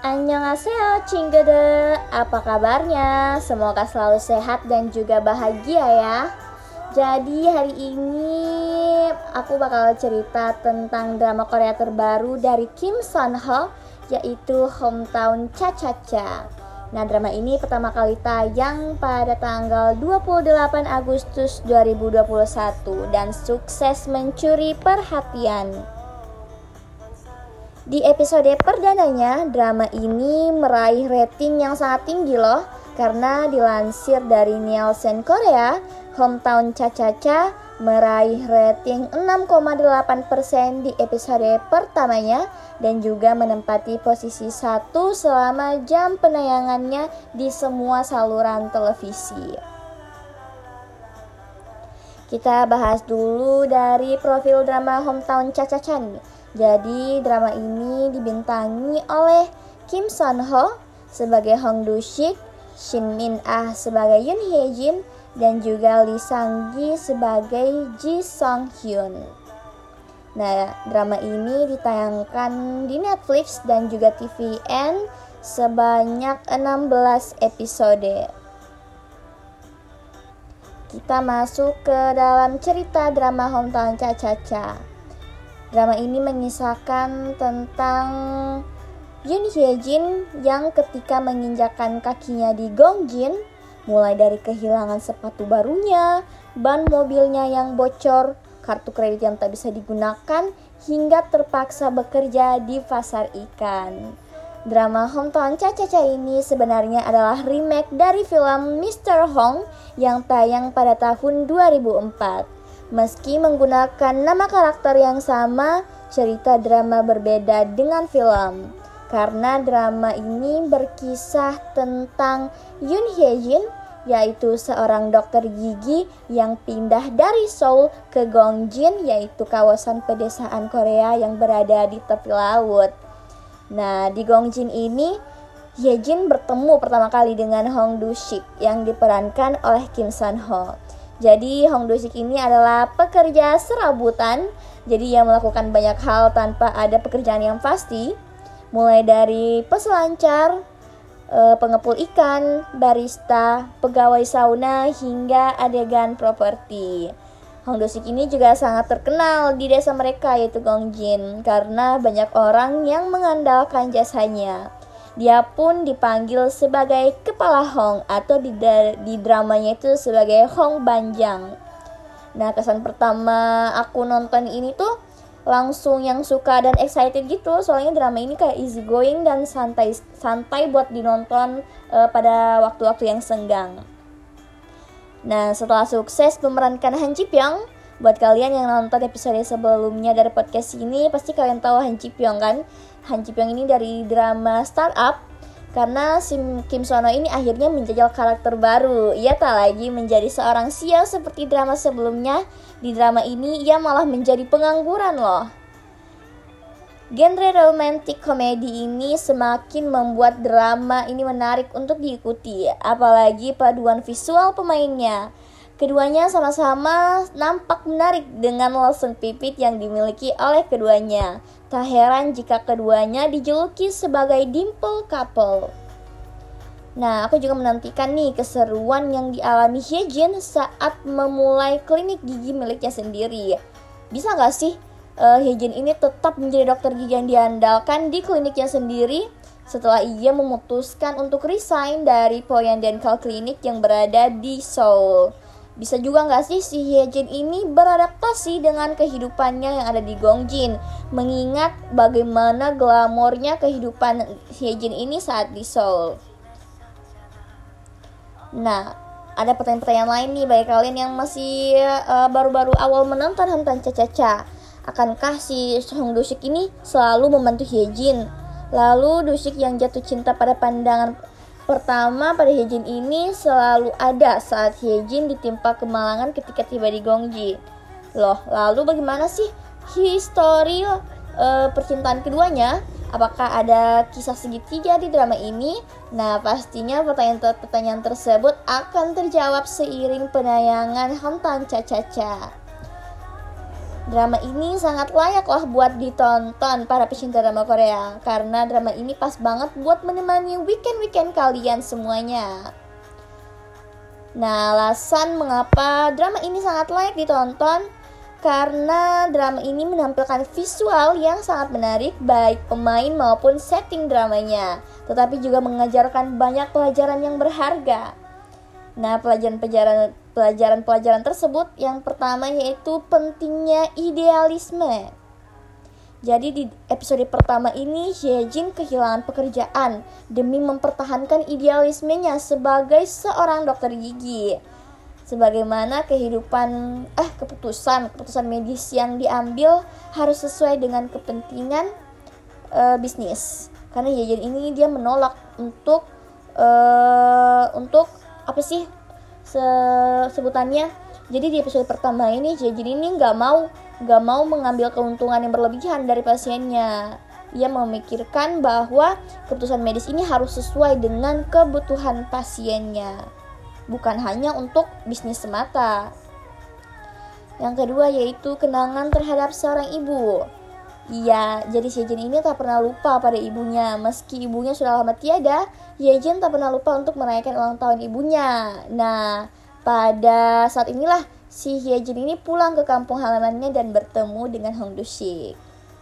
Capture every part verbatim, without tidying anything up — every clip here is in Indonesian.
Annyeonghaseyo Cinggede, apa kabarnya? Semoga selalu sehat dan juga bahagia ya. Jadi hari ini aku bakal cerita tentang drama Korea terbaru dari Kim Son Ho, yaitu Hometown Cha-Cha-Cha. Nah, drama ini pertama kali tayang pada tanggal dua puluh delapan Agustus dua ribu dua puluh satu dan sukses mencuri perhatian. Di episode perdananya, drama ini meraih rating yang sangat tinggi loh, karena dilansir dari Nielsen Korea, Hometown Cha-Cha-Cha meraih rating enam koma delapan persen di episode pertamanya dan juga menempati posisi satu selama jam penayangannya di semua saluran televisi. Kita bahas dulu dari profil drama Hometown Cha-Cha-Cha nih. Jadi drama ini dibintangi oleh Kim Son Ho sebagai Hong Do-sik, Shin Min Ah sebagai Yoon Hye Jin, dan juga Lee Sang Gi sebagai Ji Song Hyun. Nah, drama ini ditayangkan di Netflix dan juga T V N sebanyak enam belas episode. Kita masuk ke dalam cerita drama Hometown Cha-Cha-Cha. Drama ini mengisahkan tentang Yoon Hye Jin yang ketika menginjakkan kakinya di Gongjin, mulai dari kehilangan sepatu barunya, ban mobilnya yang bocor, kartu kredit yang tak bisa digunakan, hingga terpaksa bekerja di pasar ikan. Drama Hometown Cha-Cha-Cha ini sebenarnya adalah remake dari film mister Hong yang tayang pada tahun dua ribu empat. Meski menggunakan nama karakter yang sama, cerita drama berbeda dengan film. Karena drama ini berkisah tentang Yoon Hye Jin, yaitu seorang dokter gigi yang pindah dari Seoul ke Gongjin, yaitu kawasan pedesaan Korea yang berada di tepi laut. Nah, di Gongjin ini, Hye Jin bertemu pertama kali dengan Hong Do-sik yang diperankan oleh Kim Son Ho. Jadi Hong Do-sik ini adalah pekerja serabutan. Jadi ia melakukan banyak hal tanpa ada pekerjaan yang pasti, mulai dari peselancar, pengepul ikan, barista, pegawai sauna, hingga adegan properti. Hong Do-sik ini juga sangat terkenal di desa mereka, yaitu Gongjin, karena banyak orang yang mengandalkan jasanya. Dia pun dipanggil sebagai Kepala Hong atau di, di dramanya itu sebagai Hong Banjang. Nah, kesan pertama aku nonton ini tuh langsung yang suka dan excited gitu. Soalnya drama ini kayak easy going dan santai santai buat dinonton uh, pada waktu-waktu yang senggang. Nah, setelah sukses memerankan Han Ji Pyong, buat kalian yang nonton episode sebelumnya dari podcast ini, pasti kalian tahu Han Ji Pyong kan? Han Ji Pyong ini dari drama Startup, karena Kim Son Ho ini akhirnya menjajal karakter baru. Ia tak lagi menjadi seorang sial seperti drama sebelumnya. Di drama ini ia malah menjadi pengangguran loh. Genre romantic komedi ini semakin membuat drama ini menarik untuk diikuti, apalagi paduan visual pemainnya. Keduanya sama-sama nampak menarik dengan lesung pipit yang dimiliki oleh keduanya. Tak heran jika keduanya dijuluki sebagai dimple couple. Nah, aku juga menantikan nih keseruan yang dialami Hye Jin saat memulai klinik gigi miliknya sendiri. Bisa gak sih uh, Hye Jin ini tetap menjadi dokter gigi yang diandalkan di kliniknya sendiri setelah ia memutuskan untuk resign dari Poyan Dental Clinic yang berada di Seoul? Bisa juga nggak sih si Hye Jin ini beradaptasi dengan kehidupannya yang ada di Gongjin, mengingat bagaimana glamornya kehidupan Hye Jin ini saat di Seoul. Nah, ada pertanyaan-pertanyaan lain nih bagi kalian yang masih uh, baru-baru awal menonton Hometown Cha-Cha-Cha. Akankah si Hong Do-sik ini selalu membantu Hye Jin? Lalu Do-sik yang jatuh cinta pada pandangan pertama pada Hye Jin ini selalu ada saat Hye Jin ditimpa kemalangan ketika tiba di Gongjin. Loh, lalu bagaimana sih histori uh, percintaan keduanya? Apakah ada kisah segitiga di drama ini? Nah, pastinya pertanyaan-pertanyaan tersebut akan terjawab seiring penayangan Hometown Cha-Cha-Cha. Drama ini sangat layak lah buat ditonton para pecinta drama Korea, karena drama ini pas banget buat menemani weekend-weekend kalian semuanya. Nah, alasan mengapa drama ini sangat layak ditonton, karena drama ini menampilkan visual yang sangat menarik, baik pemain maupun setting dramanya, tetapi juga mengajarkan banyak pelajaran yang berharga. Nah, pelajaran-pelajaran pelajaran-pelajaran tersebut yang pertama yaitu pentingnya idealisme. Jadi di episode pertama ini Hyejin kehilangan pekerjaan demi mempertahankan idealismenya sebagai seorang dokter gigi. Sebagaimana kehidupan eh keputusan keputusan medis yang diambil harus sesuai dengan kepentingan uh, bisnis. Karena Hyejin ini dia menolak untuk uh, untuk apa sih se- sebutannya. Jadi di episode pertama ini Hyejin ini nggak mau nggak mau mengambil keuntungan yang berlebihan dari pasiennya. Ia memikirkan bahwa keputusan medis ini harus sesuai dengan kebutuhan pasiennya, bukan hanya untuk bisnis semata. Yang kedua yaitu kenangan terhadap seorang ibu. Iya, jadi Hyejin ini tak pernah lupa pada ibunya. Meski ibunya sudah lama tiada, Hyejin tak pernah lupa untuk merayakan ulang tahun ibunya. Nah, pada saat inilah si Hyejin ini pulang ke kampung halamannya dan bertemu dengan Hong Do-sik.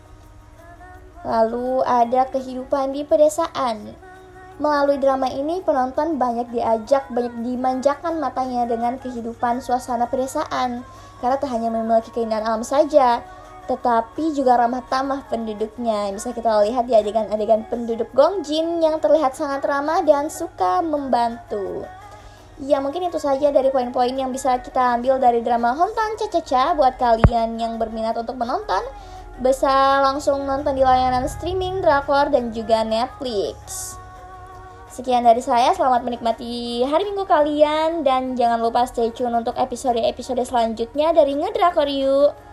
Lalu ada kehidupan di pedesaan. Melalui drama ini penonton banyak diajak, banyak dimanjakan matanya dengan kehidupan suasana pedesaan. Karena tak hanya memiliki keindahan alam saja, tetapi juga ramah tamah penduduknya. Bisa kita lihat di adegan-adegan penduduk Gongjin yang terlihat sangat ramah dan suka membantu. Ya, mungkin itu saja dari poin-poin yang bisa kita ambil dari drama Hometown Cha-Cha-Cha. Buat kalian yang berminat untuk menonton, bisa langsung nonton di layanan streaming drakor dan juga Netflix. Sekian dari saya, selamat menikmati hari Minggu kalian, dan jangan lupa stay tune untuk episode-episode selanjutnya dari Ngedrakor Yuk.